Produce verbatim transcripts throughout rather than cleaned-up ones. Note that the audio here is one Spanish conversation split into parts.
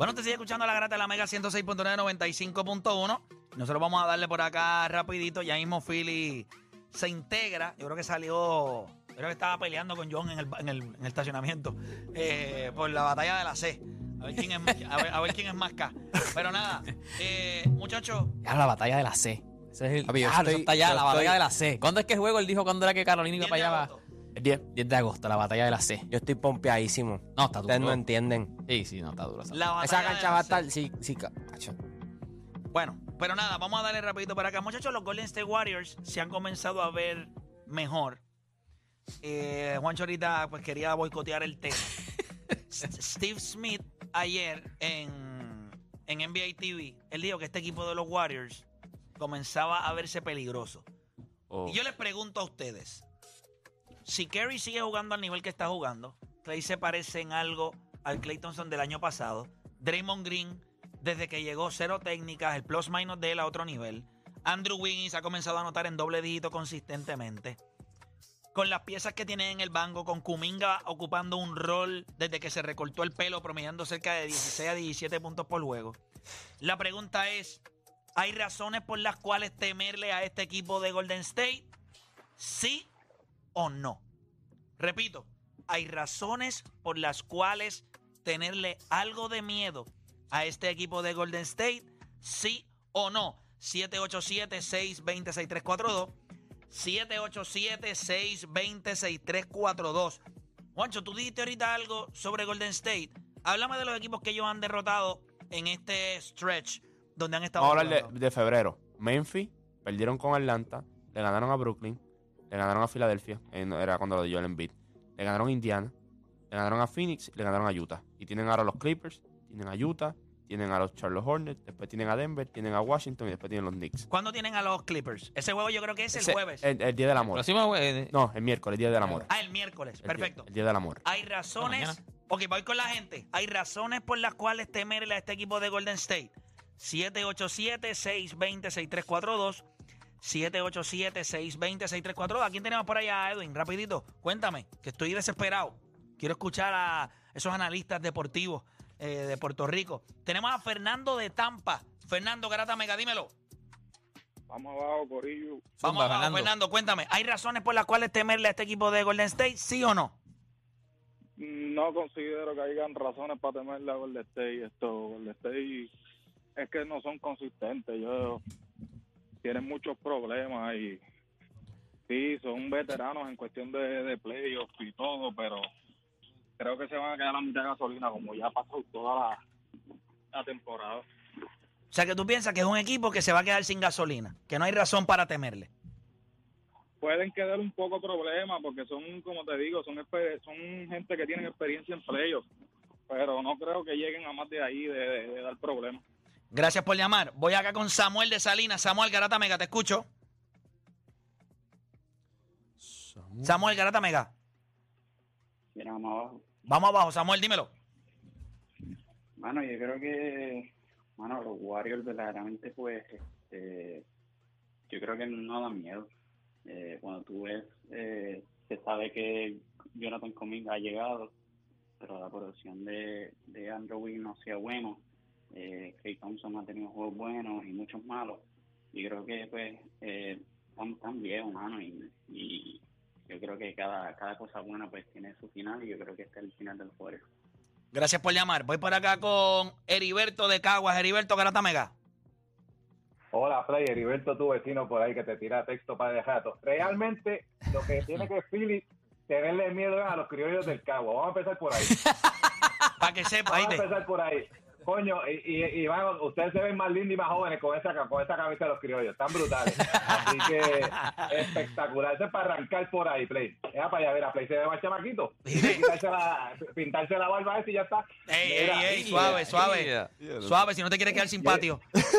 Bueno, te sigue escuchando la Garata de la Mega ciento seis punto nueve, noventa y cinco punto uno. Nosotros vamos a darle por acá rapidito. Ya mismo Philly se integra. Yo creo que salió... Yo creo que estaba peleando con John en el, en el, en el estacionamiento eh, por la batalla de la C. A ver quién es, a ver, a ver quién es más K. Pero nada, eh, muchachos. Ya la batalla de la C. Ese es el, Papi, yo ah, estoy- eso está ya, yo la estoy- batalla de la C. ¿Cuándo es que el juego? Él dijo cuándo era que Carolina iba diez para de allá. agosto. El diez, diez de agosto, la batalla de la C. Yo estoy pompeadísimo. No, está duro. Ustedes no entienden. Sí, sí, no, está duro. Está duro. La batalla Esa de cancha la va a C. estar... Sí, sí, ca- acho. Bueno, pero nada, vamos a darle rapidito para acá. Muchachos, los Golden State Warriors se han comenzado a ver mejor. Eh, Juancho ahorita pues quería boicotear el tema. S- Steve Smith ayer en, en N B A T V, él dijo que este equipo de los Warriors comenzaba a verse peligroso. Oh. Y yo les pregunto a ustedes, si Curry sigue jugando al nivel que está jugando, Clay se parece en algo al Klay Thompson del año pasado, Draymond Green, desde que llegó cero técnicas, el plus minus de él a otro nivel, Andrew Wiggins ha comenzado a anotar en doble dígito consistentemente, con las piezas que tienen en el banco, con Kuminga ocupando un rol desde que se recortó el pelo, promediando cerca de dieciséis a diecisiete puntos por juego. La pregunta es, ¿hay razones por las cuales temerle a este equipo de Golden State? ¿Sí o no? Repito, ¿hay razones por las cuales tenerle algo de miedo a este equipo de Golden State? ¿Sí o no? siete ocho siete, seis dos cero, seis tres cuatro dos. siete ocho siete, seis dos cero, seis tres cuatro dos. Juancho, tú dijiste ahorita algo sobre Golden State. Háblame de los equipos que ellos han derrotado en este stretch donde han estado Vamos a hablar jugando. de, de febrero. Memphis, perdieron con Atlanta, le ganaron a Brooklyn, le ganaron a Filadelfia, eh, no, era cuando lo dio el Embiid, le ganaron a Indiana, le ganaron a Phoenix, le ganaron a Utah. Y tienen ahora los Clippers, tienen a Utah, tienen a los Charlotte Hornets, después tienen a Denver, tienen a Washington y después tienen los Knicks. ¿Cuándo tienen a los Clippers? Ese juego yo creo que es el Ese- jueves. El, el Día del Amor. Próximo, eh, No, el miércoles, el Día del Amor. Ah, el miércoles. El día- Perfecto. El Día del Amor. Hay razones. mañana. Ok, voy con la gente. Hay razones por las cuales temerle a este equipo de Golden State. siete ocho siete, seis dos cero, seis tres cuatro dos. siete ocho siete, seis dos cero, seis tres cuatro dos. ¿A quién tenemos por allá, Edwin? Rapidito. Cuéntame, que estoy desesperado. Quiero escuchar a esos analistas deportivos eh, de Puerto Rico. Tenemos a Fernando de Tampa. Fernando Garata Mega, dímelo. Vamos abajo, Corillo. Vamos Zumba, abajo, Fernando. Fernando. cuéntame. ¿Hay razones por las cuales temerle a este equipo de Golden State? ¿Sí o no? No considero que hayan razones para temerle a Golden State. Esto, Golden State es que no son consistentes. Ellos tienen muchos problemas y sí, son veteranos en cuestión de, de playoffs y todo, pero creo que se van a quedar a la mitad de gasolina como ya pasó toda la, la temporada. O sea, que tú piensas que es un equipo que se va a quedar sin gasolina, que no hay razón para temerle. Pueden quedar un poco problemas porque son, como te digo, son exper- son gente que tienen experiencia en playoffs, pero no creo que lleguen a más de ahí de, de- de dar problemas. Gracias por llamar. Voy acá con Samuel de Salinas. Samuel Garata Mega, te escucho. Samuel Garata Mega. Mira, vamos abajo. Vamos abajo, Samuel, dímelo. Mano, yo creo que, mano, los Warriors verdaderamente, pues, este, yo creo que no dan miedo. Eh, cuando tú ves, eh, se sabe que Jonathan Kuminga ha llegado, pero la producción de, de Andrew Wiggins no ha sido bueno. Eh, Klay Thompson ha tenido juegos buenos y muchos malos. Y creo que, pues, eh, están tan viejos, mano, y, y yo creo que cada, cada cosa buena, pues, tiene su final, y yo creo que este es el final del Warriors. Gracias por llamar. Voy por acá con Heriberto de Caguas. Heriberto Garata Mega. Hola, Play, Heriberto, tu vecino por ahí que te tira texto para dejar. Realmente, lo que tiene que Philly tenerle miedo es a los criollos del Cabo. Vamos a empezar por ahí. Para que sepa, Vamos a ¿viste? empezar por ahí. Coño, y, y, y van, ustedes se ven más lindos y más jóvenes con esa, con esa camisa de los criollos. Están brutales. Así que espectacular. Eso es para arrancar por ahí, Play. Ya para allá, mira, Play se ve más chamaquito. Pintarse la, pintarse la barba esa y ya está. Ey, ey, Mira, ey, suave, suave. Suave, si no te quieres quedar sin patio.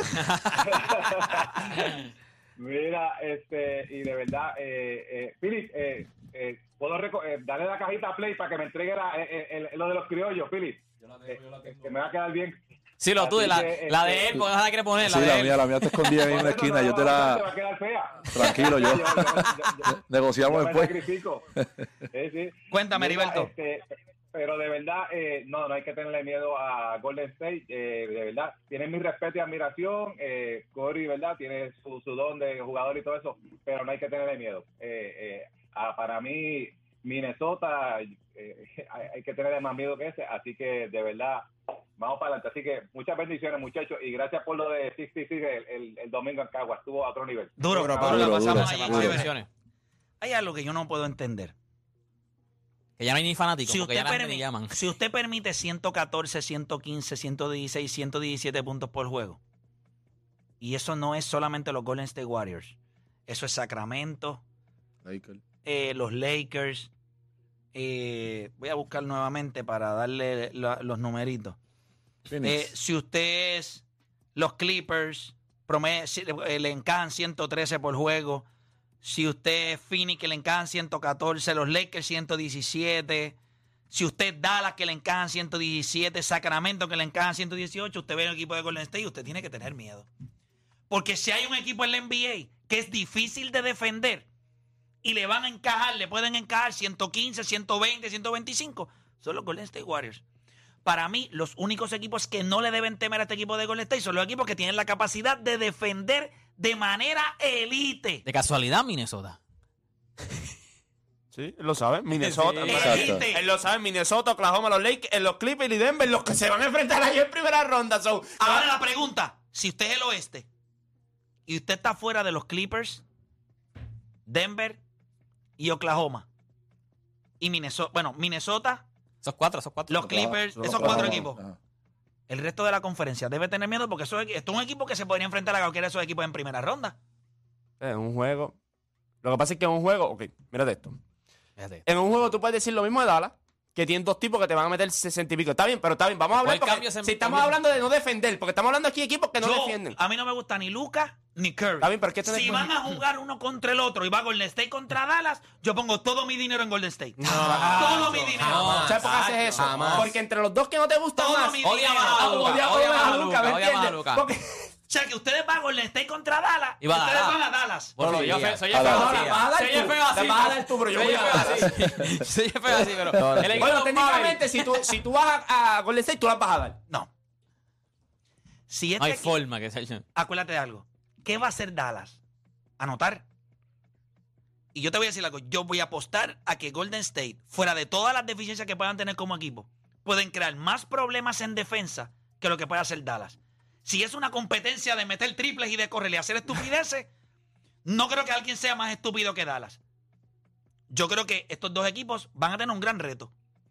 Mira, este, y de verdad, eh, eh, Philip, eh, eh, puedo reco- eh, darle la cajita a Play para que me entregue la, eh, eh, el- lo de los criollos, Philip. Eh, que me va a quedar bien. Sí, lo tuve, la, Así que, la de este, él, porque no la quiere poner, la Sí, de la él. mía, la mía está escondida ahí en una Por eso esquina. no Yo te te va la... a quedar fea. Tranquilo, yo. Yo- yo- yo- yo- Negociamos yo me después. sacrifico. Sí, sí. Cuéntame, Mira, Heriberto. este, pero de verdad, eh, no, no hay que tenerle miedo a Golden State. Eh, de verdad, tiene mi respeto y admiración. Eh, Curry, ¿verdad? Tiene su, su don de jugador y todo eso, pero no hay que tenerle miedo. Eh, eh, a, para mí, Minnesota, eh, hay, hay que tenerle más miedo que ese. Así que, de verdad, vamos para adelante. Así que muchas bendiciones, muchachos, y gracias por lo de sesenta y seis el, el, el domingo en Caguas. Estuvo a otro nivel. Duro, Duro, pero duro, la pasamos duro, ahí, duro. chévere. Bendiciones. Hay algo que yo no puedo entender. Que ya no hay ni fanáticos, Si porque usted, ya nadie permi- ni llaman. si usted permite ciento catorce, ciento quince, ciento dieciséis, ciento diecisiete puntos por juego, y eso no es solamente los Golden State Warriors, eso es Sacramento, Lakers. eh, los Lakers, eh, voy a buscar nuevamente para darle la- los numeritos. Eh, Phoenix. si usted es los Clippers, prome- si- eh, le encajan ciento trece por juego. Si usted es Phoenix, que le encajan ciento catorce. Los Lakers, ciento diecisiete. Si usted es Dallas, que le encajan ciento diecisiete. Sacramento, que le encajan ciento dieciocho. Usted ve el equipo de Golden State y usted tiene que tener miedo. Porque si hay un equipo en la N B A que es difícil de defender y le van a encajar, le pueden encajar ciento quince, ciento veinte, ciento veinticinco, son los Golden State Warriors. Para mí, los únicos equipos que no le deben temer a este equipo de Golden State son los equipos que tienen la capacidad de defender de manera elite. De casualidad, Minnesota. Sí, él lo sabe. Minnesota. Sí. Exacto. Elite. Él lo sabe. Minnesota, Oklahoma, los Lakers, los Clippers y Denver, los que se van a enfrentar ahí en primera ronda. So, Ahora la pregunta, si usted es el oeste y usted está fuera de los Clippers, Denver y Oklahoma y Minnesota, bueno, Minnesota, Esos cuatro, esos cuatro. los Clippers, esos cuatro equipos, Ajá. el resto de la conferencia debe tener miedo porque eso es, esto es un equipo que se podría enfrentar a cualquiera de esos equipos en primera ronda. es un juego. Lo que pasa es que en un juego, ok, mírate esto. Fíjate. En un juego tú puedes decir lo mismo de Dallas, que tienen dos tipos que te van a meter sesenta y pico. Está bien, pero está bien. Vamos a hablar ¿Cuál porque cambio se- si estamos cambio? hablando de no defender, porque estamos hablando aquí de equipos que no Yo- defienden. A mí no me gusta ni Luka ni Curry. Está bien, pero es que esto si es- van a jugar uno contra el otro y va Golden State contra Dallas, yo pongo todo mi dinero en Golden State. todo mi dinero. jamás. ¿Sabes por qué haces eso? Jamás. Porque entre los dos que no te gustan Todo más, mi Odia dinero. más a Luka, odia odia más más a a Luka, Luka, ¿me odia más a entiendes? Luka. Porque O sea, que ustedes van a Golden State contra Dallas y Y va a ustedes Dallas. van a Dallas. Bueno, Sí, yo ya. fe- soy A el la feo hora. así. La vas a dar Soy el tú, feo así. la vas a dar tú, pero yo Soy voy el a feo dar. así. Soy el feo así, pero. el equipo bueno, Maverick- técnicamente, si tú, si tú vas a, a Golden State, tú las vas a dar. No. Si No este hay equipo- forma que se. acuérdate de algo. ¿Qué va a hacer Dallas? Anotar. Y yo te voy a decir algo. Yo voy a apostar a que Golden State, fuera de todas las deficiencias que puedan tener como equipo, pueden crear más problemas en defensa que lo que puede hacer Dallas. Si es una competencia de meter triples y de correr y hacer estupideces, no creo que alguien sea más estúpido que Dallas. Yo creo que estos dos equipos van a tener un gran reto.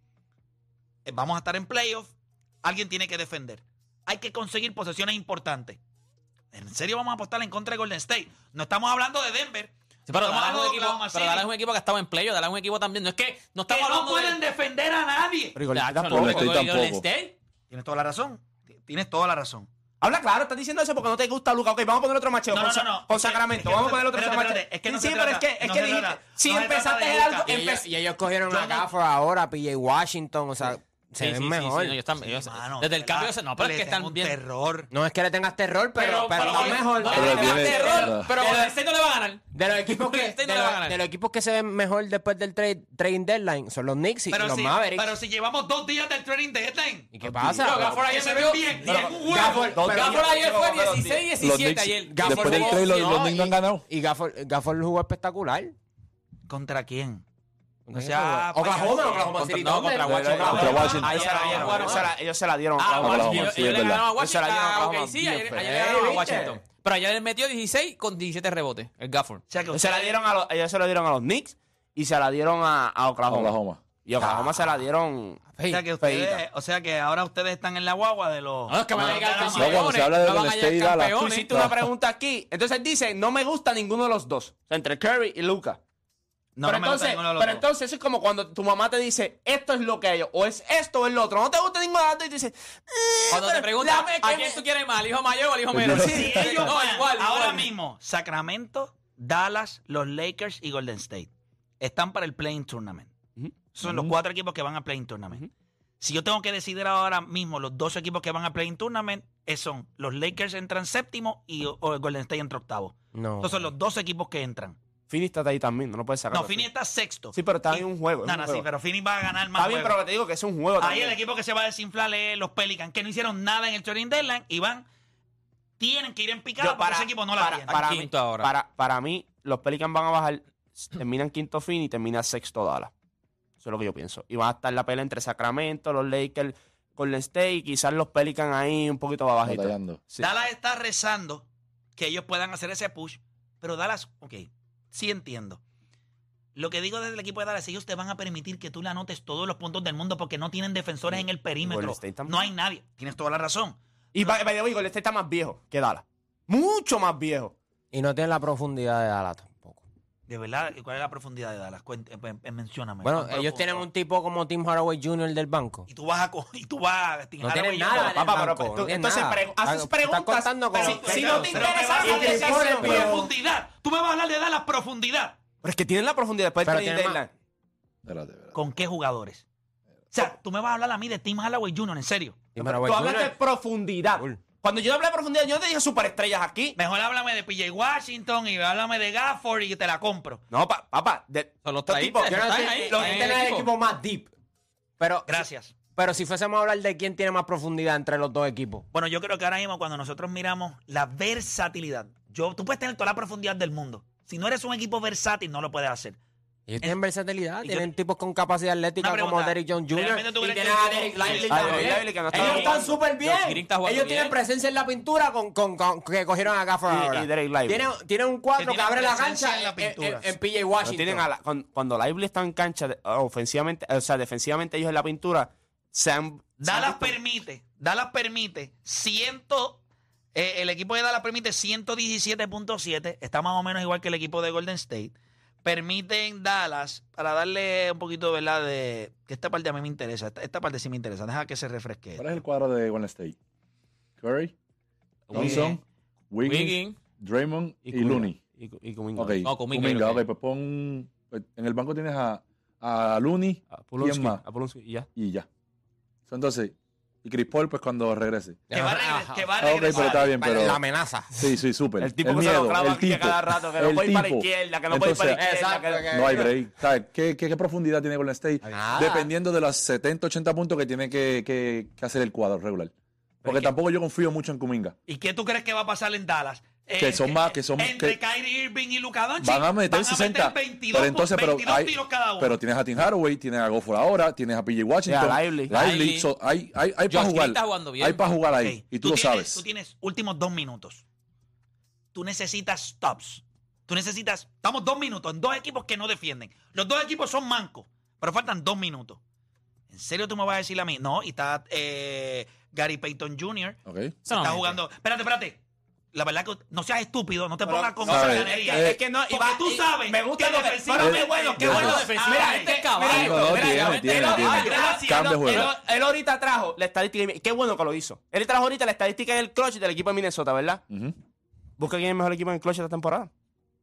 Eh, Vamos a estar en playoff. Alguien tiene que defender. Hay que conseguir posesiones importantes. ¿En serio vamos a apostar en contra de Golden State? No estamos hablando de Denver. Sí, pero Estamos Dallas es, un hablando de equipo, Oklahoma pero City, Dallas es un equipo que ha estado en playoff. Dallas es un equipo también. No es que no que estamos no hablando pueden de. defender a nadie. Pero Golden Ya, State no, tampoco. Golden State Golden tampoco. State. Tienes toda la razón. Tienes toda la razón. Habla claro, estás diciendo eso porque no te gusta Luka. Ok, vamos a poner otro macheo No, con, no, Sa- no, no. con Es que- Sacramento. es que vamos no a poner se- otro espérate, macheo. espérate, es que sí, no sí, se pero trata- es que, es no que se dijiste, trata- si no se empezaste trata de algo, Luka. Y ellos, empe- y ellos cogieron Yo a no- Gafford ahora, P J Washington, o sea, se Sí, ven sí, mejor. Sí, sí, ellos están- ellos- Mano, desde el de cambio. verdad, No, pero es le que están tengo un bien. terror. No es que le tengas terror, pero, pero, están pero- mejor. No, Pero no, no, tiene- terror, Ah. pero Golden State no le va a ganar. De los equipos que, Golden State no de, le va a los, ganar. de los equipos que se ven mejor después del trade, trading deadline son los Knicks y Pero los si, Mavericks. pero si llevamos dos días del trading deadline. ¿Y qué pasa? Pero Gafford Que ayer se me ven vio bien. bien. Y en un juego. Gafford, Dos pero- días. Gafford ayer fue Los Knicks- dieciséis Los diecisiete Knicks, ayer. Gafford después del jugó- trade, los, los no, Knicks no han y- ganado. Y Gafford, Gafford jugó espectacular. ¿Contra quién? No ¿Quién sea jugó? Oklahoma, payaso. Oklahoma Contra- City no, Thunder. contra Washington. Contra Washington. Ahí se la dieron. Bueno, ellos se la- Ellos se la dieron. Ah, Oklahoma. Oklahoma, ellos, sí, ellos es le verdad. ganaron a Ellos se la dieron a Washington. Oklahoma Ok, sí, bien ayer, feo. ayer le ganaron a ¿Viste? Washington. Pero ayer él metió dieciséis con diecisiete rebotes, el Gafford. O sea que Ellos se la ustedes- dieron a los, ellos se la dieron a los Knicks y se la dieron a, a Oklahoma. Oklahoma. Y Oklahoma se la dieron. O sea, que feíta. ustedes, o sea que ahora ustedes están en la guagua de los... No, es que van a de los llegar Dallas No, cuando Mavericks. se habla de no van Golden a llegar State y Dallas. Tú campeones. hiciste una pregunta aquí. Entonces dice, no me gusta ninguno de los dos. O sea, entre Curry y Luka. No, pero no me gusta entonces, ninguno de los pero dos. entonces eso es como cuando tu mamá te dice, esto es lo que ellos, o es esto o es lo otro. No te gusta ninguno de los dos y te dice, eh, Cuando te pero preguntan dame a que quién me- tú quieres más, al hijo mayor o al hijo Pues menor. yo- Si ellos no, van igual, ahora igual. mismo, Sacramento, Dallas, los Lakers y Golden State están para el Playing Tournament. Ujú. Son los cuatro equipos que van a Playing Tournament. Si yo tengo que decidir ahora mismo los dos equipos que van a Playing Tournament, eh, son los Lakers entran séptimo y o, o el Golden State entra octavo. No. Estos son los dos equipos que entran. Phoenix está ahí también, no lo puedes sacar. No, Phoenix está sexto. Sí, pero está Y- en un juego. es No, un no, juego. sí, pero Phoenix va a ganar más Está bien, juegos. pero te digo que es un juego Ahí también. el equipo que se va a desinflar es los Pelicans, que no hicieron nada en el trading deadline y van, tienen que ir en picada Yo porque ese equipo no la para, tiene. para, Están mí, quinto ahora. Para, para mí, los Pelicans van a bajar, terminan quinto Phoenix y termina sexto Dallas. Eso es lo que yo pienso. Y va a estar la pelea entre Sacramento, los Lakers, Golden State y quizás los Pelicans ahí un poquito más bajitos. Batallando. Sí. Dallas está rezando que ellos puedan hacer ese push, pero Dallas, ok, sí entiendo. Lo que digo desde el equipo de Dallas, ellos te van a permitir que tú le anotes todos los puntos del mundo porque no tienen defensores Sí. en el Golden perímetro. State también. No hay nadie. Tienes toda la razón. Y by, by the way, Golden State está más viejo que Dallas. Mucho más viejo. Y no tiene la profundidad de Dallas tampoco. De verdad, ¿cuál es la profundidad de Dallas? Cuente, eh, eh, mencióname. Bueno, ¿Cuán ellos profundo? tienen un tipo como Tim Hardaway junior del banco. Y tú vas a, co- y tú vas a Tim No Hardaway tienen y yo- nada. Papá, del pero banco, tú- no tiene entonces nada. pregu- haces Estás preguntas. contando con- Si, Pero- si pero- no te pero me interesa vas a algo, hablar de dices, esa pero- profundidad. Tú me vas a hablar de Dallas profundidad. Pero es que tienen la profundidad después del Pero trading tienen deadline. Espérate, espérate. ¿Con qué jugadores? O sea, tú me vas a hablar a mí de Tim Hardaway junior, en serio. Tim Tú Hardaway hablas de junior profundidad. Cool. Cuando yo hablé de profundidad, yo no te dije superestrellas aquí. Mejor háblame de P J Washington y háblame de Gafford y te la compro. No, pa- papá. De, Son los estos traíste, tipos- Yo no están sé, ahí, lo están que en tiene el el equipo. equipo más deep. Pero, Gracias. pero si fuésemos a hablar de quién tiene más profundidad entre los dos equipos. Bueno, yo creo que ahora mismo cuando nosotros miramos la versatilidad, yo, tú puedes tener toda la profundidad del mundo. Si no eres un equipo versátil, no lo puedes hacer. Ellos tienen versatilidad, y tienen yo- tipos con capacidad atlética Una como pregunta, Derrick Jones junior ¿realmente tú Y crees tienen que a el Derrick equipo- Lively Sí, también. Derrick Lively, que no está Ellos jugando. están súper bien. Josh Green está jugando Ellos bien. tienen presencia en la pintura con, con, con- que cogieron a Gafford Y- ahora. y Derrick Lively. Tienen, tienen un cuatro Que que, tienen abre la presencia cancha en la en, en- pintura. en P J no Washington. tienen a la- cuando, cuando Lively está en cancha, de- ofensivamente, o sea, defensivamente ellos en la pintura, se han... se han Dallas visto- permite, Dallas permite ciento, eh, el equipo de Dallas permite ciento diecisiete punto siete, está más o menos igual que el equipo de Golden State. Permiten Dallas, para darle un poquito, ¿verdad? De que esta parte a mí me interesa, esta, esta parte sí me interesa, deja que se refresque. ¿Cuál es el cuadro de Golden State? Curry, Wiggins. Thompson, Wiggins, Wiggins. Draymond y, Kuminga. Looney. Y, y Kuminga. Ok, No, Kuminga, Kuminga, creo que- ok, pues pon... pues, en el banco tienes a, a Looney A Pulonsky, ¿Quién más? a Pulonsky, y ya. y ya. Entonces, y Chris Paul pues cuando regrese. Que va a, regre- que va a Ah, ok, regresar. pero está bien, pero... La amenaza. Sí, sí, súper. El tipo que miedo, se lo clava el aquí tipo, cada rato, que no el puede ir para la tipo. izquierda, que no puede ir para la Entonces, izquierda. Exacto, que- que- No hay break. ¿Sabes? ¿Qué, qué, qué profundidad tiene Golden State? Nada. Dependiendo de los setenta, ochenta puntos que tiene que, que- que hacer el cuadro regular. Porque que- tampoco yo confío mucho en Kuminga. ¿Y qué tú crees que va a pasar en Dallas? Eh, Que son más- que son- Entre que- Kyrie Irving y Luka Doncic Van a meter sesenta. veintidós, Pero entonces, pero, veintidós hay- tiros cada uno. pero tienes a Tim Hardaway, tienes a Gofford ahora, tienes a P J Washington. Y a Lively. Lively. So, hay hay, hay Josh para Green jugar. está jugando bien. Hay para jugar ahí. Ok, Y tú, lo tienes, sabes. Tú tienes últimos dos minutos. Tú necesitas stops. Tú necesitas... Estamos dos minutos en dos equipos que no defienden. Los dos equipos son mancos, pero faltan dos minutos. ¿En serio tú me vas a decir a mí? No, y está eh, Gary Payton junior Ok. Eso no está mete. jugando... Espérate, espérate. La verdad que no seas estúpido, no te Pero, pongas con ¿sabes? esa Eh, ganería. eh, Es que no, y Porque va- tú y- sabes me gusta que lo que- defensivamente... pero qué bueno, qué Yo bueno sé. defensivamente Ay, es caballo. mira, No, no, mira, tiene, mira, tiene, mira, tiene. gracias. Cambia él, juego. él- él ahorita trajo la estadística. Qué bueno que lo hizo. Él trajo ahorita la estadística en el clutch del equipo de Minnesota, ¿verdad? Ujú. Busca quién es el mejor equipo en el clutch esta temporada.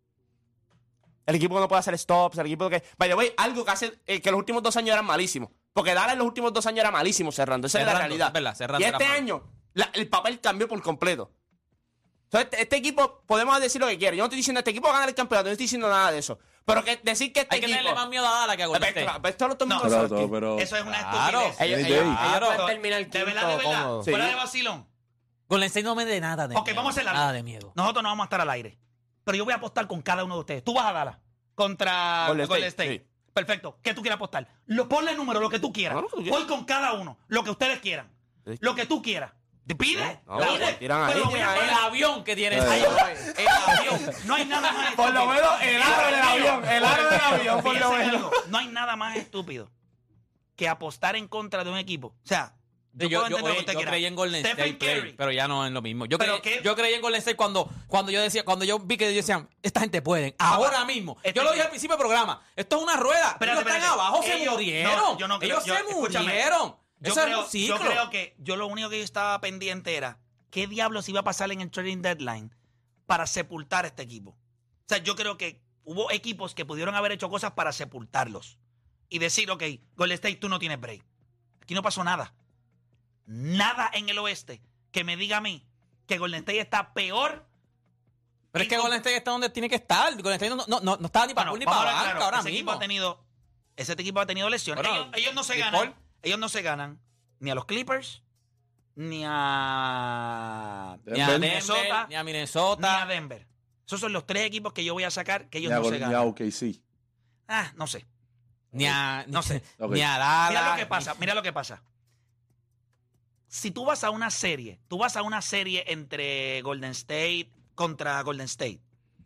El equipo que no puede hacer stops, el equipo que... By the way, algo que hace eh, que los últimos dos años eran malísimos. Porque Dallas en los últimos dos años era malísimo cerrando. Esa es la Cerrando, realidad. es verdad, cerrando y era este malo. año, la- el papel cambió por completo. Entonces, este, este equipo, podemos decir lo que quiera. Yo no estoy diciendo este equipo va a ganar el campeonato, no estoy diciendo nada de eso. Pero que decir que este Hay que equipo... tenerle más miedo a Dallas que a Golden Pero- State. pero esto lo todo el mundo No. lo sabe Pero, aquí. pero, Eso es una Claro. estupidez. Ellos, Any ellos, day. ellos Claro. pueden terminar De verdad, de quinto verdad. cómodo. Sí. Fuera de vacilón. Golden State no me dé nada de Ok, miedo. vamos a hacer algo. Nada de miedo. Nosotros no vamos a estar al aire. Pero yo voy a apostar con cada uno de ustedes. Tú vas a Dallas contra Golden Golden State, State. Perfecto. ¿Qué tú quieres apostar? Lo, ponle el número, lo que tú quieras. No, lo que tú quieras. Voy con cada uno. Lo que ustedes quieran. Sí. Lo que tú quieras. ¿Te pide? No, Dale. tiran ahí, Pero voy tiran a ahí. El poner- avión que tiene Eh. ahí. El avión. No hay nada más Por lo estúpido. menos el aro del avión. El aro del avión, por lo Fíjense menos. algo, no hay nada más estúpido que apostar en contra de un equipo. O sea, yo, Yo, puedo yo, entender lo oye, que usted yo quiera. creí en Golden Stephen State, Play, Curry. pero ya no es lo mismo. Yo, ¿Pero creí, qué? yo creí en Golden State cuando, cuando yo decía, cuando yo vi que ellos decían, esta gente puede, ahora mismo. este- yo lo dije al principio del programa, esto es una rueda. Espérate, ellos están espérate. abajo, se Ellos- murieron. no, yo no creo- ellos yo- se escúchame. murieron. Yo Eso creo, es un ciclo. yo creo que yo lo único que yo estaba pendiente era qué diablos iba a pasar en el trading deadline para sepultar este equipo. O sea, yo creo que hubo equipos que pudieron haber hecho cosas para sepultarlos y decir, ok, Golden State, tú no tienes break. Aquí no pasó nada. Nada en el oeste que me diga a mí que Golden State está peor Pero es que Golden State está donde tiene que estar. Golden State no, no, no, no estaba ni para Bueno, ni vamos a para hablar banca claro, ahora ese mismo. Equipo ha tenido, ese equipo ha tenido lesiones. Bueno, ellos, ellos no se Chris ganan. Paul. Ellos no se ganan ni a los Clippers, ni a Ni a Denver. Denver, Minnesota, ni a ni Minnesota. a Denver. Esos son los tres equipos que yo voy a sacar que ellos Ni a no se Gol- ni a ganan. O K C. Ah, no sé. Ni a, No sé. Ok. ni a Dallas. Mira lo que ni- pasa, mira lo que pasa. Si tú vas a una serie, tú vas a una serie entre Golden State contra Golden State,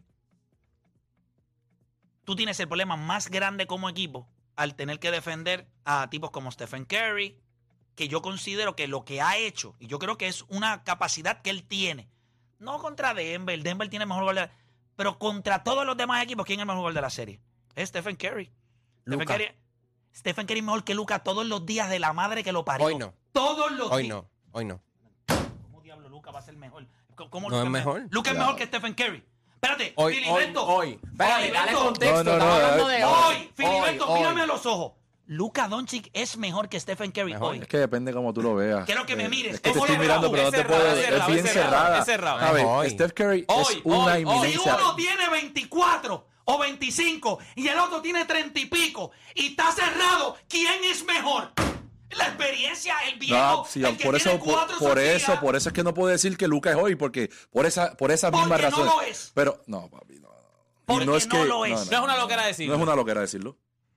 tú tienes el problema más grande como equipo al tener que defender a tipos como Stephen Curry, que yo considero que lo que ha hecho, y yo creo que es una capacidad que él tiene, no contra Denver, Denver tiene el mejor gol de la, pero contra todos los demás equipos, ¿quién es el mejor gol de la serie? Es Stephen Curry. Stephen Luka. Curry, Stephen Curry es mejor que Luka todos los días de la madre que lo parió. Hoy no. Todos los Hoy días. no, hoy no. ¿Cómo diablo Luka va a ser mejor? ¿Cómo No Luka es mejor. Luka es Claro. mejor que Stephen Curry. Espérate, Hoy, hoy, Filiberto. hoy. Espérate, dale Filiberto. contexto. No, no, estamos no, hablando eh, de Hoy, hoy. Filiberto, Hoy, mírame hoy. a los ojos. Luka Doncic es mejor que Stephen Curry Mejor. hoy. Es que depende cómo tú lo veas. Quiero que me Eh, mires. Es que te ¿Cómo estoy lo mirando, veo? pero no Es te puedo. cerrado, es Es cerrado, bien es cerrado, cerrada. es cerrado. ¿Sabes? Hoy. Steph Curry Hoy, es una hoy, hoy. Si inminencia. uno tiene veinticuatro o veinticinco y el otro tiene treinta y pico y está cerrado, ¿quién es mejor? La experiencia, el viejo, No, sí, el que por eso, tiene por, cuatro por eso, Sofía, por eso es que no puedo decir que Luka es hoy, porque por esa, por esas Porque mismas no razones. lo es. Pero, no, papi, no. no. Y Porque no es no que, lo es. No es una loquera decir. No es una loquera decirlo.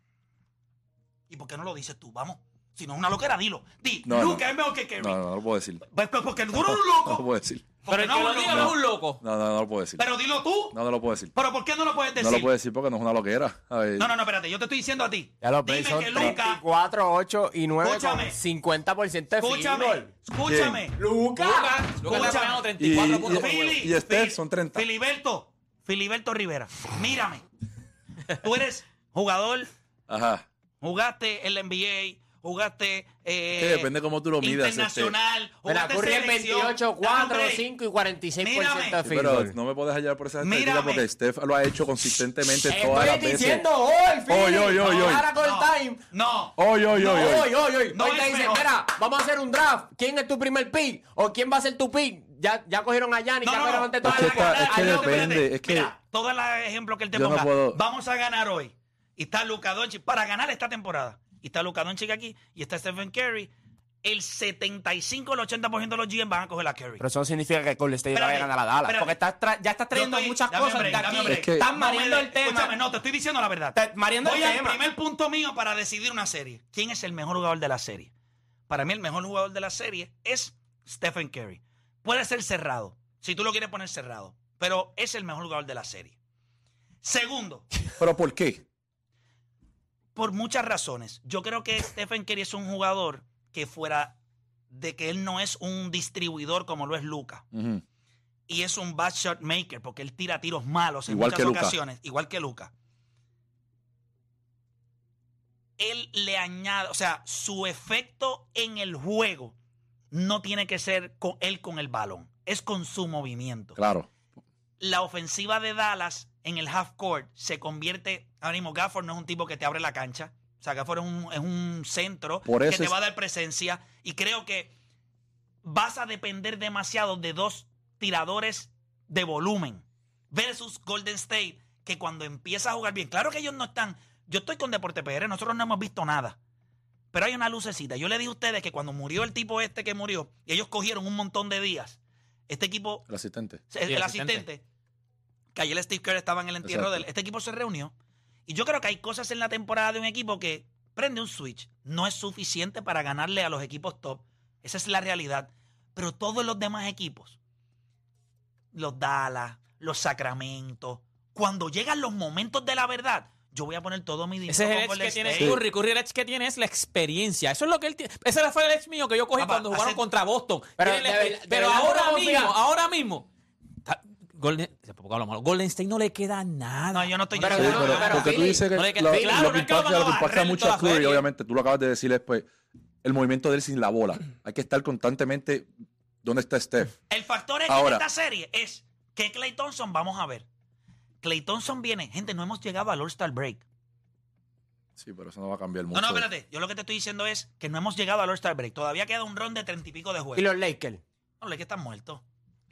¿Y por qué no lo dices tú? Vamos. Si no es una loquera, dilo. Di, No, Luka no. es mejor que Curry. No, no, no lo puedo decir. Pues, pues, porque tú eres un No lo loco. puedo decir. Pero el Porque que no, lo no, diga no. no es un loco. No, no, no lo puedo decir. Pero dilo tú. No, no lo puedo decir. ¿Pero por qué no lo puedes decir? No lo puedo decir porque no es una loquera. A ver, No, no, no, espérate. Yo te estoy diciendo a ti. Ya los Dime Braves son que Luka... treinta y cuatro, ocho y nueve Escúchame. con cincuenta por ciento de field Escúchame. goal. Escúchame. Luka. Luka, Luka está Escúchame. pegando treinta y cuatro Y- puntos por y- juego. Fili, y Steph Fili- son treinta. Filiberto. Filiberto Rivera. Mírame. Tú eres jugador, Ajá. jugaste en la N B A, jugaste eh, Que depende cómo tú lo midas, internacional, Mira, jugaste Curry es selección. veintiocho, Dame un cuatro, break. cinco y cuarenta y seis por ciento de Mírame. field Pero goal. no me puedes hallar por esas Mírame. estadísticas porque Steph lo ha hecho consistentemente todas Estoy las veces. diciendo hoy, Philly. Hoy, hoy, hoy, hoy. Ahora con No, el time. No. Hoy, hoy, hoy, No, hoy. hoy, hoy, hoy. No Hoy es te dicen, mejor. mira, vamos a hacer un draft. ¿Quién es tu primer pick? ¿O quién va a ser tu pick? Ya, ya cogieron a Giannis, No, ya no, cogieron no. ante Es todas que las está- es que Ay, no, depende, espérate. es que- Mira, todos los ejemplos que él te Yo no ponga. puedo- Vamos a ganar hoy. Y está Luka Doncic para ganar esta temporada. Y está Luka Doncic aquí y está Stephen Curry. El setenta y cinco al ochenta por ciento de los G M van a coger a Curry. Pero eso no significa que Golden State Espérate, vaya a ganar a Dallas. espérate. Porque estás tra- ya estás trayendo Yo estoy- muchas dame un cosas break, de dame aquí. un break. Es que- Estás No me mareando de- el tema. Escúchame, no, te estoy diciendo la verdad. Te- mareando Voy el al tema. primer punto mío para decidir una serie. ¿Quién es el mejor jugador de la serie? Para mí el mejor jugador de la serie es Stephen Curry. Puede ser cerrado, si tú lo quieres poner cerrado, pero es el mejor jugador de la serie. Segundo, ¿Pero por qué? por muchas razones. Yo creo que Stephen Curry es un jugador que fuera de que él no es un distribuidor como lo es Luka. Ujú. Y es un bad shot maker porque él tira tiros malos en Igual muchas que Luka. ocasiones, igual que Luka. Él le añade, o sea, su efecto en el juego no tiene que ser con él con el balón, es con su movimiento. Claro. La ofensiva de Dallas en el half court se convierte, ahora mismo Gafford no es un tipo que te abre la cancha, o sea, Gafford es un, es un centro Por que eso te es- va a dar presencia y creo que vas a depender demasiado de dos tiradores de volumen versus Golden State, que cuando empieza a jugar bien, claro que ellos no están, yo estoy con Deporte P R, nosotros no hemos visto nada, pero hay una lucecita. Yo le dije a ustedes que cuando murió el tipo este que murió, y ellos cogieron un montón de días, este equipo, El asistente. el, Sí, el el asistente, asistente. que ayer Steve Kerr estaba en el entierro Exacto. de él, este equipo se reunió, y yo creo que hay cosas en la temporada de un equipo que prende un switch, no es suficiente para ganarle a los equipos top, esa es la realidad, pero todos los demás equipos, los Dallas, los Sacramento, cuando llegan los momentos de la verdad, yo voy a poner todo mi dinero Ese es el con edge Golden que tiene State. Curry. Curry el edge que tiene es la experiencia. Eso es lo que él tiene. Ese fue el edge mío que yo cogí Papá, cuando jugaron hace- contra Boston. Pero Tiene la de exper- ver- de pero verdad ahora no confía. mismo, ahora mismo. ta- Golden, tampoco hablo malo. Golden State no le queda nada. No, yo no estoy Pero Sí, no, diciendo pero nada. pero porque tú Philly, dices que no le queda- lo, claro, lo no que es que impacta, vamos a lo que impacta barrer mucho toda a la Curry, feria. obviamente, tú lo acabas de decir, es pues el movimiento de él sin la bola. Hay que estar constantemente donde está Steph. El factor X Ahora. de esta serie es que Klay Thompson, vamos a ver. Klay Thompson viene, gente, no hemos llegado al All-Star Break. Sí, pero eso no va a cambiar mucho. No, no, espérate. Yo lo que te estoy diciendo es que no hemos llegado al All-Star Break. Todavía queda un ron de treinta y pico de Y juegos. los Lakers. No, los que están muertos. Los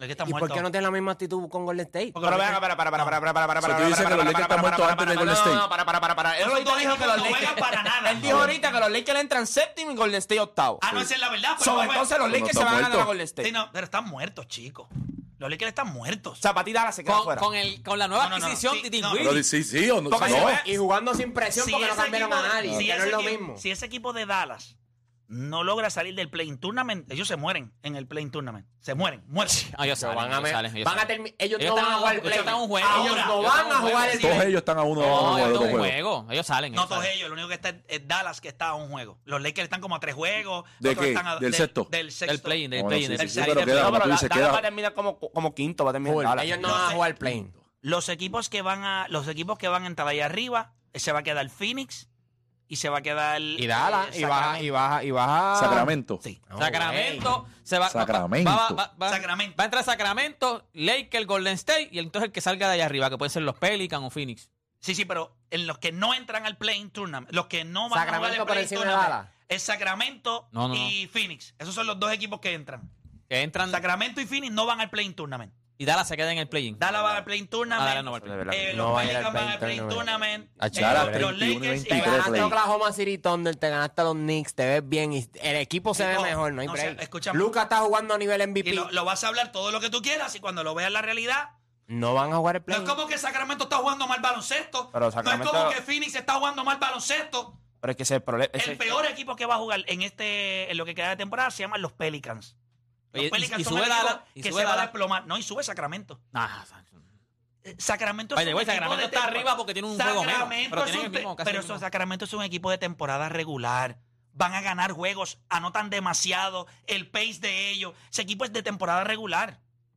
Lakers están ¿Y por muertos. qué no tienen la misma actitud con Golden State? Porque Pero los venga, para, para, para, para, para, para, para, O sea, para, tú dices que los Lakers están muertos antes de Golden State. No, no, para, para, para, para. Él Esos ahorita dos dijo que equipos los no Lakers... juegan para nada. Él dijo ahorita que los Lakers entran séptimo y Golden State octavo. Ah, no, esa es la verdad. Pero So, no, entonces los Pero no Lakers se están van a ganar a muertos. Golden State. sí, no, pero están muertos, chicos. Los Lakers están muertos. O sea, para ti Dallas se queda Con, fuera. con, el, con la nueva No, no, no, adquisición, sí, Titi no. Willy. Pero sí, sí o no. Porque no. se ve- Y jugando sin presión porque no ese cambiaron equipo a de- nadie. si que no ese es lo equipo- mismo. Si ese equipo de Dallas no logra salir del play-in tournament, ellos se mueren en el play-in tournament. Se mueren, muertos. Ah, ellos Pero salen, van a, ellos salen, ellos van a salen. termi- ellos, Ellos no están van a a- jugar el ellos play. están a un juego. Ellos Ahora, no ellos van están a a un jugar juego. el Todos play. ellos están a uno No, de ellos dos están a un juegos. juego. Ellos salen. No ellos todos salen. ellos, lo único que está es, es Dallas que está a un juego. Los Lakers están como a tres juegos. ¿De otros qué? están a- ¿Del sexto? Del sexto. Del play-in, del Bueno, play-in. sí, del sí, sí, play-in, pero del queda- No, play-in. pero tú Da- dices, Dallas queda- va a terminar como, como quinto, va a terminar Full. Dallas. Ellos no No van a sé. jugar el play. Los equipos que van a los equipos que van a entrar ahí arriba, eh, se va a quedar Phoenix y se va a quedar Y Dallas, eh, y baja, y baja, y baja. Sacramento. Sí. No, Sacramento se va, Sacramento. va, va, va- va- Sacramento. va a entrar Sacramento, Lakers, Golden State y entonces el que salga de allá arriba, que pueden ser los Pelicans o Phoenix. Sí, sí, pero en los que no entran al play-in tournament, los que no van a Sacramento jugar el por play-in encima de tournament, Dallas. es Sacramento No, no, y Phoenix. Esos son los dos equipos que entran. Que entran Sacramento y Phoenix no van al play-in tournament. y Dallas se queda en el play-in. Dallas va al play-in Ah, tournament. Dallas no va al play-in. De verdad. eh, No los va a ir al Pelicans van al play-in play-in tournament. Ah, eh, Dallas, los, los treinta y uno y Lakers y Te veintitrés, ganaste play. a Oklahoma City Thunder, te ganaste a los Knicks, te ves bien y el equipo se ve No, mejor, no hay no, break. o sea, escúchame. Lucas está jugando a nivel M V P. Y lo, lo vas a hablar todo lo que tú quieras y cuando lo veas en la realidad, No van a jugar el no play. es como que Sacramento está jugando mal baloncesto. Pero No Sacramento- es como que Phoenix está jugando mal baloncesto. Pero es que ese es el problema. ese- El peor equipo que va a jugar en este en lo que queda de temporada se llaman los Pelicans. Los Oye, y- Pelicans y son sube el equipo Dallas, y que sube se va a Dallas. desplomar. No, y sube Sacramento. Ah, Eh, Sacramento By the es un way, equipo Sacramento de está tempo- arriba porque tiene un juego menos, Sacramento pero es tienen un el mismo, te- casi pero el mismo. eso, Sacramento es un equipo de temporada regular. Van a ganar juegos, anotan demasiado, el pace de ellos. Ese equipo es de temporada regular.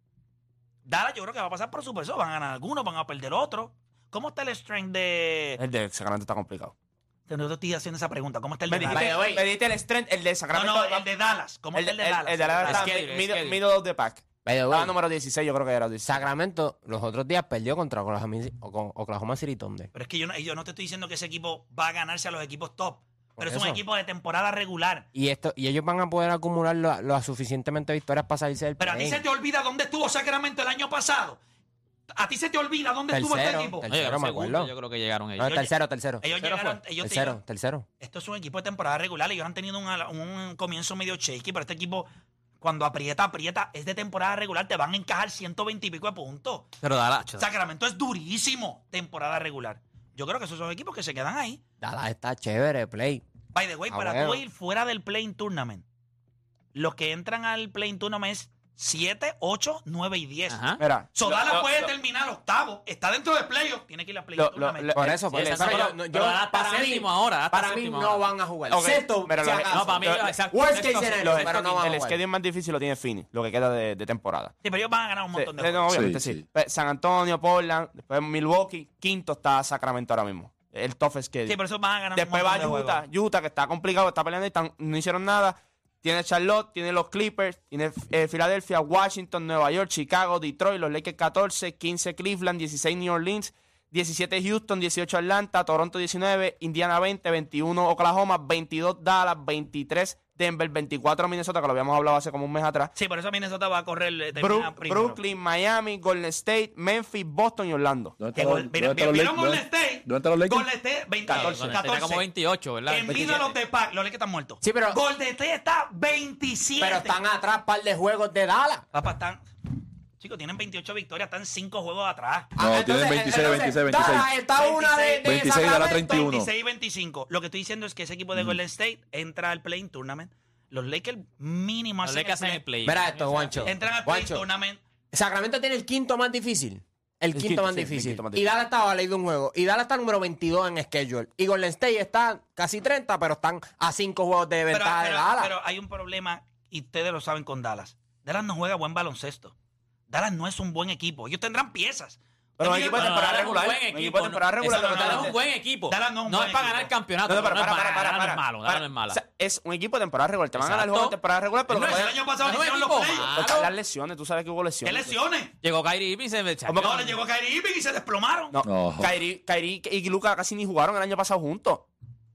Dallas yo creo que va a pasar por su peso. Van a ganar algunos, van a perder otros. ¿Cómo está el strength de...? El de Sacramento está complicado. No te estoy haciendo esa pregunta. ¿Cómo está el Me de dijiste, Dallas? By the way. me dijiste el strength, el de No, Sacramento. no, el de Dallas. ¿Cómo el, está el de el- Dallas? el de Dallas está Schedule, mid- schedule. middle of the pack. By the way, Estaba número dieciséis, yo creo que era dieciséis. Sacramento los otros días perdió contra Oklahoma, con Oklahoma City Thunder. Pero es que yo no, yo no te estoy diciendo que ese equipo va a ganarse a los equipos top. Por Pero es un eso. equipo de temporada regular. Y esto y ellos van a poder acumular lo, lo suficientemente victorias para salirse del Pero a ti play. se te olvida dónde estuvo Sacramento el año pasado. A ti se te olvida dónde estuvo este Tercero, equipo. tercero. Oye, Tercero, me segundo, acuerdo. yo creo que llegaron No, ellos. tercero, tercero. Ellos ¿Tercero llegaron, fue? ellos te Tercero, dijeron, tercero. esto es un equipo de temporada regular. Ellos han tenido un, un comienzo medio shaky, pero este equipo, cuando aprieta, aprieta, es de temporada regular. Te van a encajar ciento veinte y pico de puntos. Pero Dallas, ch- Sacramento es durísimo, temporada regular. Yo creo que esos son equipos que se quedan ahí. Dallas está chévere, play. By the way, Ah, para bueno. tú ir fuera del play-in tournament, los que entran al play-in tournament es siete, ocho, nueve y diez. Ajá. Mira. So, lo- Dallas lo- puede lo- terminar octavo, está dentro del playoff, tiene que ir al play-in Lo- lo- tournament. lo- Por eh, eso, por el- eso. pero- Pero yo- pero yo- hasta para mí, séptimo ahora, hasta para mí séptimo no ahora. van a jugar. Ok, Sexto, pero si lo- acaso. No, para mí, Lo- exacto. Worst sexto, case sí. scenario, Los- pero no van a el jugar. schedule más difícil lo tiene Phoenix, lo que queda de, de temporada. Sí, pero ellos van a ganar un Sí, montón de eh, no, juegos. obviamente Sí, sí. sí. Pe- San Antonio, Portland, después Milwaukee, quinto está Sacramento ahora mismo. El tough schedule. Sí, pero esos van a ganar Después un va montón de Utah, juegos. Utah que está complicado, está peleando y están- no hicieron nada. Tiene Charlotte, tiene los Clippers, tiene eh, Filadelfia, Washington, Nueva York, Chicago, Detroit, los Lakers catorce, quince Cleveland, dieciséis New Orleans, diecisiete Houston, dieciocho Atlanta, Toronto diecinueve, Indiana veinte, veintiuno Oklahoma, veintidós Dallas, veintitrés Denver, veinticuatro Minnesota, que lo habíamos hablado hace como un mes atrás. Sí, por eso Minnesota va a correr. eh, termina Bru- primero. Brooklyn, Miami, Golden State, Memphis, Boston y Orlando. ¿Dónde Que están gol- los- ¿Vieron, dónde están los ¿vieron Lakers? Golden ¿Dónde- State? ¿Dónde están los Lakers? Golden State, veinte, Golden State está como catorce. veintiocho, ¿verdad? Envidia los de Pac, los Lakers están muertos. Sí, pero- Golden State está veintisiete. Pero están atrás par de juegos de Dallas. Papá, están... Chicos, tienen veintiocho victorias, están cinco juegos atrás. No, Ah, tienen veintiséis, veintiséis, veintiséis. Dallas está una de, de veintiséis, Dallas Sacramento. treinta y uno. veintiséis y veinticinco. Lo que estoy diciendo es que ese equipo de Golden State entra al play-in tournament. Los Lakers mínimo Los hacen Lakers hacen el el play. Mira esto, Juancho. Entran al play-in Juancho, tournament. Sacramento tiene el quinto más difícil. El, quinto, quinto, más sí, el difícil. quinto más Y difícil. Dallas estaba a ley de un juego. Y Dallas está número veintidós en schedule. Y Golden State está casi treinta, pero están a cinco juegos de Pero, ventaja de pero- Dallas. pero hay un problema y ustedes lo saben con Dallas. Dallas no juega buen baloncesto. Dallas no es un buen equipo. Ellos tendrán piezas. Pero un Ellos- equipo de No, no, temporada Dallas es un regular. buen Un equipo, equipo de temporada no, regular. exacto, lo que Dallas es pasa un buen equipo. Dallas no es un No buen es para equipo. ganar campeonato. No, no, No, pero es para, para, para, para, Dallas no es para. malo. Dallas no es mala. O sea, es un equipo de temporada regular. Te van a ganar el juego de Exacto. temporada regular, pero No, lo que el pasa año pasado no es hicieron los equipo playoffs. malo. es las lesiones. Tú sabes que hubo ¿Qué lesiones. lesiones? Llegó Kyrie Irving y se ¿Cómo No, le llegó a Kyrie Irving y se desplomaron. No, No. Kyrie, Kyrie y Luka casi ni jugaron el año pasado juntos.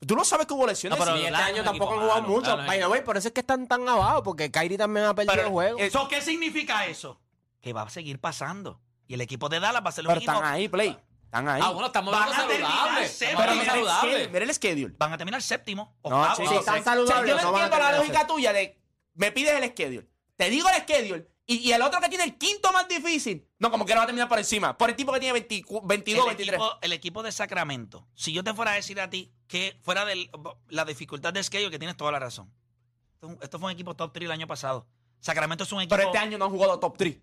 Tú no sabes que hubo lesiones. No, pero Y este Dallas año es un tampoco han equipo jugado malo, mucho. Dallas es- By the way, por eso es que están tan abajo, porque Kyrie también ha perdido Pero, el juego. eh, So, ¿qué significa eso? Que va a seguir pasando. Y el equipo de Dallas va a ser un Pero equipo... están ahí, Play. Están ahí. Ah, bueno, estamos Van hablando a terminar saludables. séptimo. Estamos Pero hablando mira el schedule, saludables. mira el schedule. Van a terminar séptimo, No, octavo. sí, Sí, sí, están sí. saludables, O sea, yo no no van a entiendo la terminar lógica tuya de me pides el schedule. Te digo el schedule. Y, y el otro que tiene el quinto más difícil. No, como que no va a terminar por encima. Por el tipo que tiene veinte, veintidós, el, veintitrés. equipo, el equipo de Sacramento, si yo te fuera a decir a ti que fuera de la dificultad de schedule, que tienes toda la razón. Esto, esto fue un equipo top tres el año pasado. Sacramento es un equipo... Pero este año no han jugado top tres.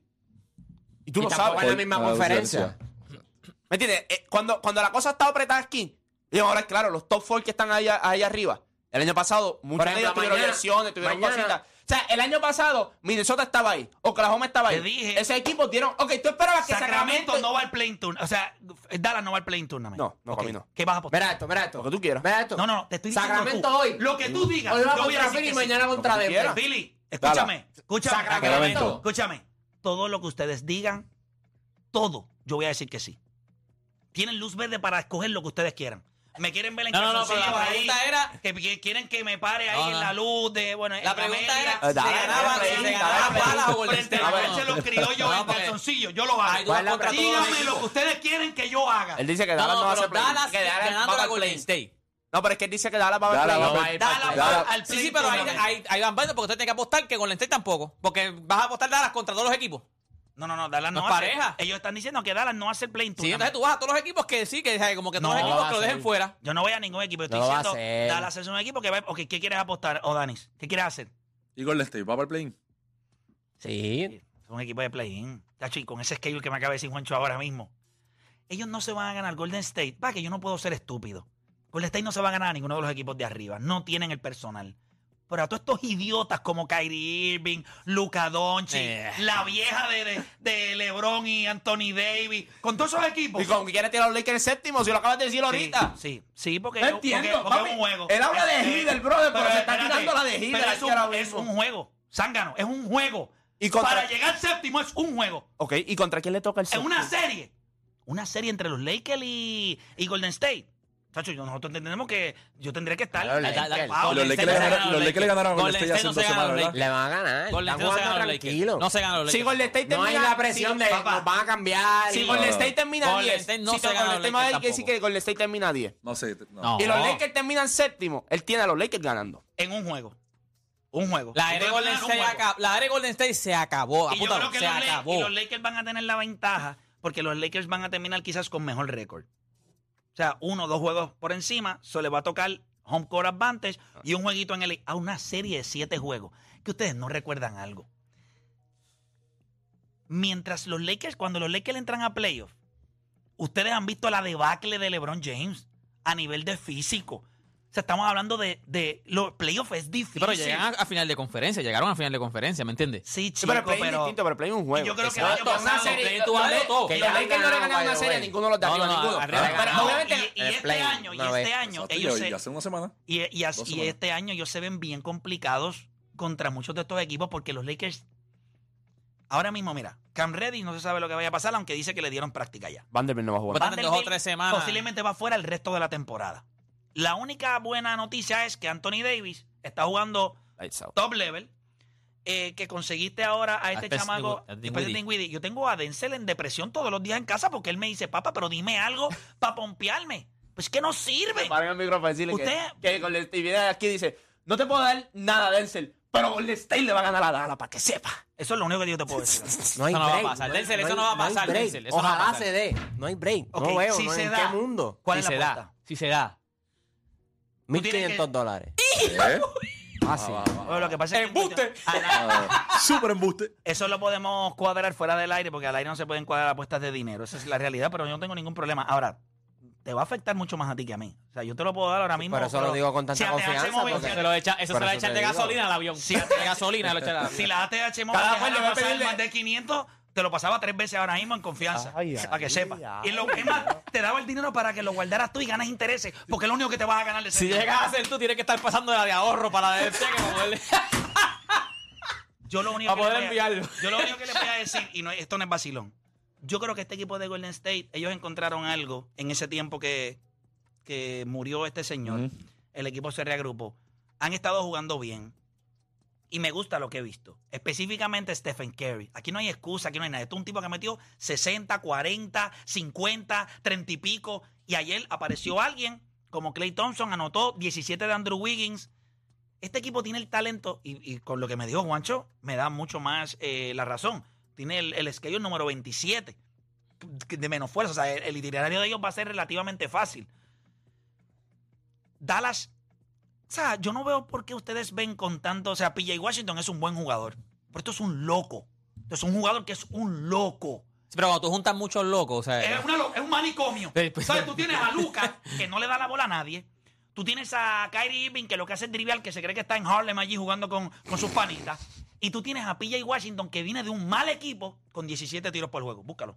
Y tú Y lo tampoco sabes. en la misma Ah, conferencia. ¿Me entiendes? Eh, cuando, cuando la cosa estaba apretada aquí, y ahora, claro, los top four que están ahí, ahí arriba. El año pasado, muchos ejemplo, de ellos tuvieron mañana- lesiones, tuvieron mañana- cositas. O sea, el año pasado, Minnesota estaba ahí, Oklahoma estaba ahí. Te dije- Ese equipo dieron. Ok, tú esperabas que Sacramento Sacramento. no va al play-in tournament. O sea, Dallas no va al play-in tournament. No, no, Ok, para mí no. ¿Qué vas a apostar? Mira esto, mira esto. Lo que tú quieras. Mira esto. No, no, no, te estoy diciendo Sacramento tú. hoy. Lo que tú digas. Hoy va yo voy a contra decir Philly y que sí. mañana contra Lo que Denver. quiera. Billy, escúchame, escúchame, Sacramento. escúchame. Todo lo que ustedes digan, todo, yo voy a decir que sí. Tienen luz verde para escoger lo que ustedes quieran. Me quieren ver en No, no, no, pero la calzoncillos pregunta ahí, era- que, que quieren que me pare ahí No, en no. la luz de, bueno, en La pregunta media, era Eh, si dale, ganaban, dale, si se dale, ganaban dale, Dallas o Golden frente State. a la A ver. cancha de los criollos No, en porque- calzoncillos, yo lo hago. Ahí tú vas ¿Cuál es la contra todos los Díganme equipos. lo que ustedes quieren que yo haga. Él dice que No, Dallas no, no, va a pero ser play. Dallas Que Dallas va ganando para a el Golden play. State. No, pero es que él dice que Dallas va a Dallas play. va a No, play. ahí- Dallas va Dallas- al Sí, play sí, pero ahí, tournament. ahí, ahí van viendo porque usted tiene que apostar que Golden State tampoco. Porque vas a apostar Dallas contra todos los equipos. No, no, no, Dallas no, No es hace. pareja. Ellos están diciendo que Dallas no hace el play-in Sí, tournament. entonces tú vas a todos los equipos que sí, que como que todos No, los equipos va que lo a dejen ser. fuera. Yo no voy a ningún equipo. Estoy No lo va a diciendo, hacer. Dallas es un equipo que va... Ok, ¿qué quieres apostar, Odanis? ¿Qué quieres hacer? Y Golden State, ¿va para el play-in? Sí. Es un equipo de play-in. Tacho, y con ese schedule que me acaba de decir Juancho ahora mismo. Ellos no se van a ganar Golden State. Va, que yo no puedo ser estúpido. Golden State no se va a ganar a ninguno de los equipos de arriba. No tienen el personal. Pero a todos estos idiotas como Kyrie Irving, Luka Doncic, Eh. la vieja de, de, de LeBron y Anthony Davis, con todos esos equipos. Y como que quiere tirar a los Lakers en séptimo, si lo acabas de decir Sí, ahorita. Sí, sí, porque, No porque- entiendo, porque papi. es un juego. Él habla de Eh, Heat, brother, pero se está espérate, tirando la de Heat pero aquí es un, ahora es mismo. un juego. Zángano, es un juego. Y contra- Para llegar séptimo es un juego. Ok, ¿y contra quién le toca el Es séptimo? una serie. Una serie entre los Lakers y, y Golden State. Chacho, yo- nosotros entendemos que yo tendré que estar. Claro, Da- da- Lakers. Wow, Y los Golden Lakers State le no se ganaron- gana a los Lakers le ganaron a Golden Golden State hace no dos se gana a los semanas, Lakers. Le van a ganar. Golden Están State no se jugando gana a los Lakers. tranquilo. No se gana a los Si Lakers. Golden State No hay termina... la presión si- de papá. nos van a cambiar. Si y- Golden No. State termina Golden diez, State no si se gana a Golden los State va a Lakers decir que Golden State termina diez. No sé. No. No. Y los Oh. Lakers terminan séptimo, él tiene a los Lakers ganando. En un juego. Un juego. La Si era de tú Golden ganas un State juego. acabó. La era de Golden State se acabó. Y yo Apúntalo, creo que se los, Lakers, acabó. y los Lakers van a tener la ventaja porque los Lakers van a terminar quizás con mejor récord. O sea, uno o dos juegos por encima, se le va a tocar home court advantage y un jueguito en el... A una serie de siete juegos. Que ustedes no recuerdan algo. Mientras los Lakers, cuando los Lakers entran a playoffs, ustedes han visto la debacle de LeBron James a nivel de físico. O sea, estamos hablando de, de los playoffs es Sí, difícil. pero llegan a, a final de conferencia. Llegaron a final de conferencia, ¿me entiendes? Sí, Sí, chico, pero el play es pero... distinto, pero el play es un juego. Y yo creo que el año Exacto. pasado- Una serie- Play tú vale todo. Que Que los ya Lakers no le ganaron, ganaron una by the serie a way. ninguno de los de No, arriba, no, no, ninguno. arriba Pero ganaron. obviamente... y, y el este play, año, y una este vez. año, Exacto, ellos y se, hace una semana. y, y as- dos y semanas. este año ellos se ven bien complicados contra muchos de estos equipos porque los Lakers, ahora mismo, mira, Cam Reddish no se sabe lo que vaya a pasar, aunque dice que le dieron práctica ya. Vanderbilt no va a jugar. Van a tener dos o Vanderbilt tres semanas. posiblemente va fuera el resto de la temporada. La única buena noticia es que Anthony Davis está jugando Lights out. top level, eh, que conseguiste ahora a este Spencer chamaco, Dinwiddie, a después de Dinwiddie. Dinwiddie. Yo tengo a Denzel en depresión todos los días en casa porque él me dice, papá, pero dime algo para pompearme. Pues que no sirve. Paren el micrófono para decirle Usted- que, que Golden State viene aquí y dice, no te puedo dar nada, Denzel, pero Golden State le va a ganar a Dallas para que sepa. Eso es lo único que yo te puedo decir. No hay Eso no va a break. pasar. hay- Denzel, eso hay- no va a hay pasar, break. Denzel, eso no va a Ojalá pasar. se dé. No hay break. Ok, no veo. si no, se ¿en da, qué mundo? ¿Cuál Si es se la da. apuesta? Si se da. mil tienes quinientos que- dólares. ¿Eh? Fácil. Bueno, lo que pasa es que ¡Embuste! A la- Ah, Súper embuste. eso lo podemos cuadrar fuera del aire porque al aire no se pueden cuadrar apuestas de dinero. Esa es la realidad, pero yo no tengo ningún problema. Ahora, te va a afectar mucho más a ti que a mí. O sea, yo te lo puedo dar ahora mismo. Por eso lo pero digo con tanta si a T H confianza, Móvil- porque- si a- Se lo echa, eso Por se lo eso echan te de digo. gasolina al avión. Si a- de gasolina lo echan al Si avión. la A T H Móvil Cada te cual le deja va a pasar pedirle- más de quinientos, te lo pasaba tres veces ahora mismo en confianza. Ay, para que ay, sepas. ay. Y lo es más, te daba el dinero para que lo guardaras tú y ganes intereses, porque es lo único que te vas a ganar de ese Si dinero. llegas a ser tú, tienes que estar pasando de la de ahorro para la de cheque para poderle... Yo lo único Para que le poder voy a- enviarlo. Yo lo único que les voy a decir, y no, esto no es vacilón, yo creo que este equipo de Golden State, ellos encontraron algo en ese tiempo que, que murió este señor. Ujú. el equipo se reagrupó. Han estado jugando bien. Y me gusta lo que he visto. Específicamente Stephen Curry. Aquí no hay excusa, aquí no hay nada. Esto es un tipo que metió sesenta, cuarenta, cincuenta, treinta y pico. Y ayer apareció alguien como Klay Thompson, anotó diecisiete de Andrew Wiggins. Este equipo tiene el talento, y, y con lo que me dijo Juancho, me da mucho más eh, la razón. Tiene el, el schedule número veintisiete, de menos fuerza. O sea, el, el itinerario de ellos va a ser relativamente fácil. Dallas, o sea, yo no veo por qué ustedes ven con tanto... O sea, P J Washington es un buen jugador, pero esto es un loco. Esto es un jugador que es un loco. Sí, pero cuando tú juntas muchos locos, o sea... Es, una, es un manicomio. Sí, pues, ¿Sabes? Tú tienes a Lucas, que no le da la bola a nadie. Tú tienes a Kyrie Irving, que lo que hace es drivial, que se cree que está en Harlem allí jugando con, con sus panitas. Y tú tienes a P J Washington, que viene de un mal equipo, con diecisiete tiros por juego. Búscalo.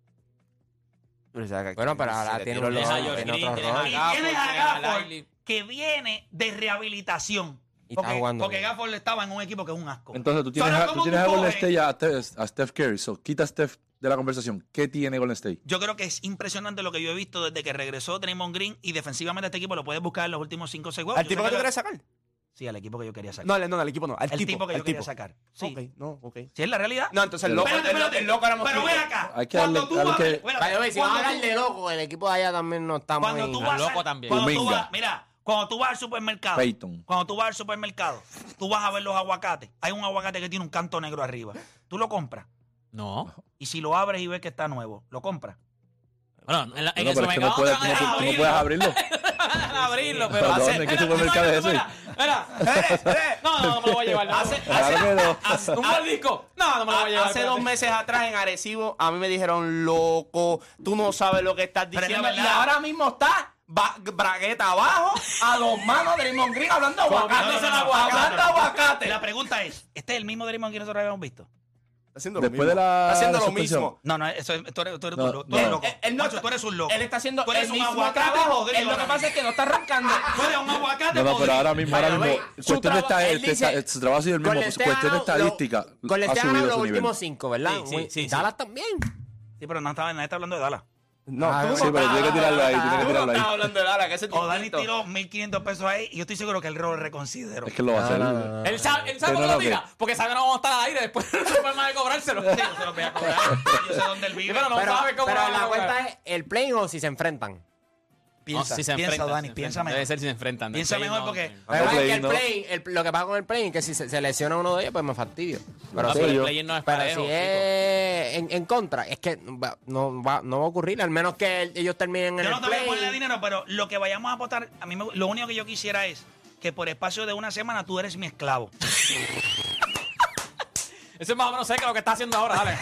Bueno, pero ahora tiene un Tienes a rol, George tiene Green, otro tienes a rol. Y Gafford, tienes a tienes a Gafford, Lively. que viene de rehabilitación. Y está Porque, jugando porque bien. Gafford estaba en un equipo que es un asco. Entonces tú tienes, Ahora, a, tú ¿cómo tienes a tú Golden coges? State y a, Te- a Steph Curry. So, quita a Steph de la conversación. ¿Qué tiene Golden State? Yo creo que es impresionante lo que yo he visto desde que regresó Draymond Green, y defensivamente este equipo lo puedes buscar en los últimos cinco o seis juegos. ¿Al Yo tipo sé que tú que- quieres sacar? Sí, al equipo que yo quería sacar. No, al- no, al equipo no. Al el tipo, tipo que yo al quería tipo. sacar. Sí. Ok, no, ok. Si es la realidad. No, entonces el Pero- loco, Espérate, el, espérate. el loco éramos Pero tú. ven acá. Hay que Cuando darle- tú hay vas- que- espérate, By the way, si vamos a cuando hablar tú- de loco, el equipo de allá también no está muy... Cuando tú Al vas loco al- también. Cuando tú Kuminga. vas, mira, cuando tú vas al supermercado, Peyton. cuando tú vas al supermercado, tú vas a ver los aguacates. Hay un aguacate que tiene un canto negro arriba. Tú lo compras. No. Y si lo abres y ves que está nuevo, lo compras. Bueno, en, la, en No, el pero es que no supermercado puedes, te van a tú no, dejar tú no puedes abrirlo. abrirlo, pero ¿Pero hace- dónde? ¿Qué Espera, supermercado es espera, espera, espera. No, no, no me lo voy a llevar. No, Hace- Claro que no. hace- un mordisco. No, no me lo voy a llevar. Hace espérate. dos meses atrás en Arecibo a mí me dijeron, loco, tú no sabes lo que estás Pero es diciendo. la Y verdad. ahora mismo está ba- bragueta abajo a dos manos de Draymond Green hablando de aguacate. No, no, no, no, Hablando de aguacate. La pregunta es, ¿este es el mismo Draymond que nosotros habíamos visto? Está haciendo lo Después mismo. de la- Está haciendo la lo suspensión. mismo. No, no, eso es, tú eres, tú eres, No, tú, tú eres no. loco. Él, él no Macho, está- tú eres un loco. Él está haciendo Tú eres el un mismo aguacate trabajo. podrido Él lo que ahora pasa es que no está arrancando. Tú eres un aguacate No, no, pero podrido. ahora mismo, ahora By the mismo, way, su cuestión de traba- esta, él dice- esta- su trabajo ha sido el mismo, Golden State cuestión de ha ganado- estadística, lo- Golden ha State ha subido ganado su los nivel. últimos cinco, ¿verdad? Sí, sí, Muy- sí, sí. Dallas también. Sí, pero no estaba, nadie está hablando de Dallas. No, Ah, tú sí, no pero estás tiene que tirarlo ahí, hablando- tiene que tú tirarlo no ahí. estás hablando de Dallas, que ese O Dani chiquito. tiró mil quinientos pesos ahí y yo estoy seguro que él lo reconsideró. Es que lo va a hacer. No, no, no, no. Él sabe, él sabe Que cómo no, lo no, tira, porque sabe que no vamos a estar al aire después de forma de cobrárselo. Sí, yo se lo voy a cobrar. Yo sé dónde él vive. Pero no Pero, sabe cómo pero lo la van a cuenta cobrar. es el play o si se enfrentan. Piensa, No, si se piensa, enfrentan, Dani, se piensa enfrentan. mejor. Debe ser si se enfrentan. Piensa El play mejor no, porque- sí. Pero es play, que el no. play, el- lo que pasa con el play es que si se, se lesiona uno de ellos, pues me fastidio. Pero Ah, sí, pero el yo- play no es pero parejo, si chico. es en, en contra, es que va- no va, no va a ocurrir, al menos que el- ellos terminen en Yo no el te voy a play. ponerle dinero, pero lo que vayamos a apostar, a mí me- lo único que yo quisiera es que por espacio de una semana tú eres mi esclavo. Eso es más o menos cerca de lo que está haciendo ahora, dale.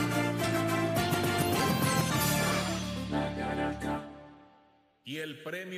Y el premio